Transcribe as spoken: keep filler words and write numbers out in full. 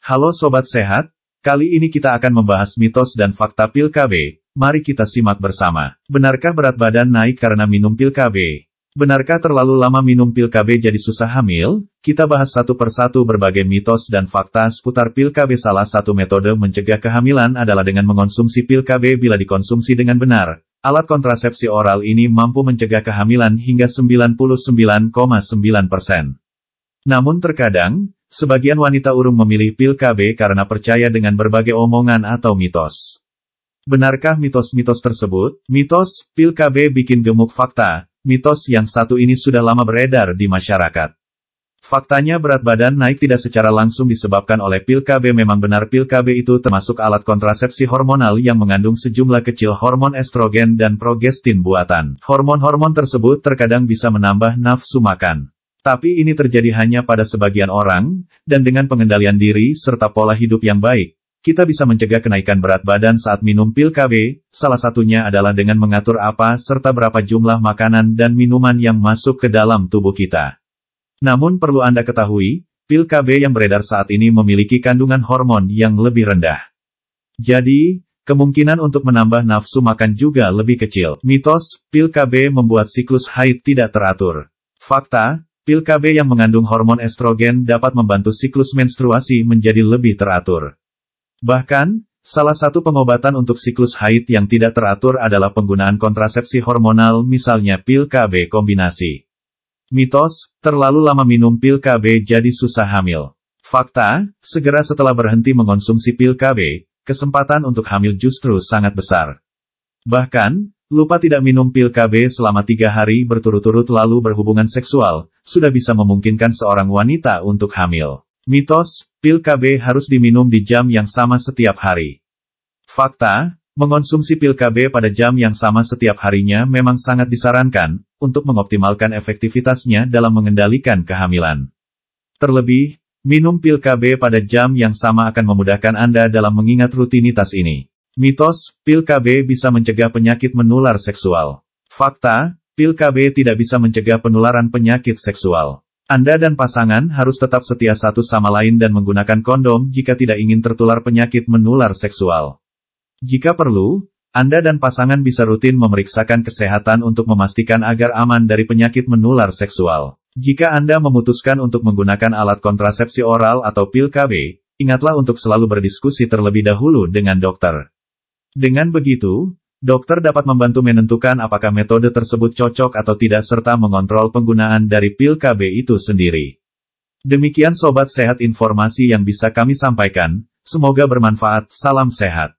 Halo Sobat Sehat, kali ini kita akan membahas mitos dan fakta pil K B. Mari kita simak bersama. Benarkah berat badan naik karena minum pil K B? Benarkah terlalu lama minum pil K B jadi susah hamil? Kita bahas satu persatu berbagai mitos dan fakta seputar pil K B. Salah satu metode mencegah kehamilan adalah dengan mengonsumsi pil K B. Bila dikonsumsi dengan benar, alat kontrasepsi oral ini mampu mencegah kehamilan hingga sembilan puluh sembilan koma sembilan persen. Namun terkadang, sebagian wanita urung memilih pil K B karena percaya dengan berbagai omongan atau mitos. Benarkah mitos-mitos tersebut? Mitos, pil K B bikin gemuk. Fakta, mitos yang satu ini sudah lama beredar di masyarakat. Faktanya berat badan naik tidak secara langsung disebabkan oleh pil K B. Memang benar pil K B itu termasuk alat kontrasepsi hormonal yang mengandung sejumlah kecil hormon estrogen dan progestin buatan. Hormon-hormon tersebut terkadang bisa menambah nafsu makan. Tapi ini terjadi hanya pada sebagian orang, dan dengan pengendalian diri serta pola hidup yang baik, kita bisa mencegah kenaikan berat badan saat minum pil K B. Salah satunya adalah dengan mengatur apa serta berapa jumlah makanan dan minuman yang masuk ke dalam tubuh kita. Namun perlu Anda ketahui, pil K B yang beredar saat ini memiliki kandungan hormon yang lebih rendah. Jadi, kemungkinan untuk menambah nafsu makan juga lebih kecil. Mitos, pil K B membuat siklus haid tidak teratur. Fakta, pil K B yang mengandung hormon estrogen dapat membantu siklus menstruasi menjadi lebih teratur. Bahkan, salah satu pengobatan untuk siklus haid yang tidak teratur adalah penggunaan kontrasepsi hormonal, misalnya pil K B kombinasi. Mitos, terlalu lama minum pil K B jadi susah hamil. Fakta, segera setelah berhenti mengonsumsi pil K B, kesempatan untuk hamil justru sangat besar. Bahkan, lupa tidak minum pil K B selama tiga hari berturut-turut lalu berhubungan seksual, sudah bisa memungkinkan seorang wanita untuk hamil. Mitos, pil K B harus diminum di jam yang sama setiap hari. Fakta, mengonsumsi pil K B pada jam yang sama setiap harinya memang sangat disarankan, untuk mengoptimalkan efektivitasnya dalam mengendalikan kehamilan. Terlebih, minum pil K B pada jam yang sama akan memudahkan Anda dalam mengingat rutinitas ini. Mitos, pil K B bisa mencegah penyakit menular seksual. Fakta, pil K B tidak bisa mencegah penularan penyakit seksual. Anda dan pasangan harus tetap setia satu sama lain dan menggunakan kondom jika tidak ingin tertular penyakit menular seksual. Jika perlu, Anda dan pasangan bisa rutin memeriksakan kesehatan untuk memastikan agar aman dari penyakit menular seksual. Jika Anda memutuskan untuk menggunakan alat kontrasepsi oral atau pil K B, ingatlah untuk selalu berdiskusi terlebih dahulu dengan dokter. Dengan begitu, dokter dapat membantu menentukan apakah metode tersebut cocok atau tidak serta mengontrol penggunaan dari pil K B itu sendiri. Demikian Sobat Sehat informasi yang bisa kami sampaikan, semoga bermanfaat. Salam sehat.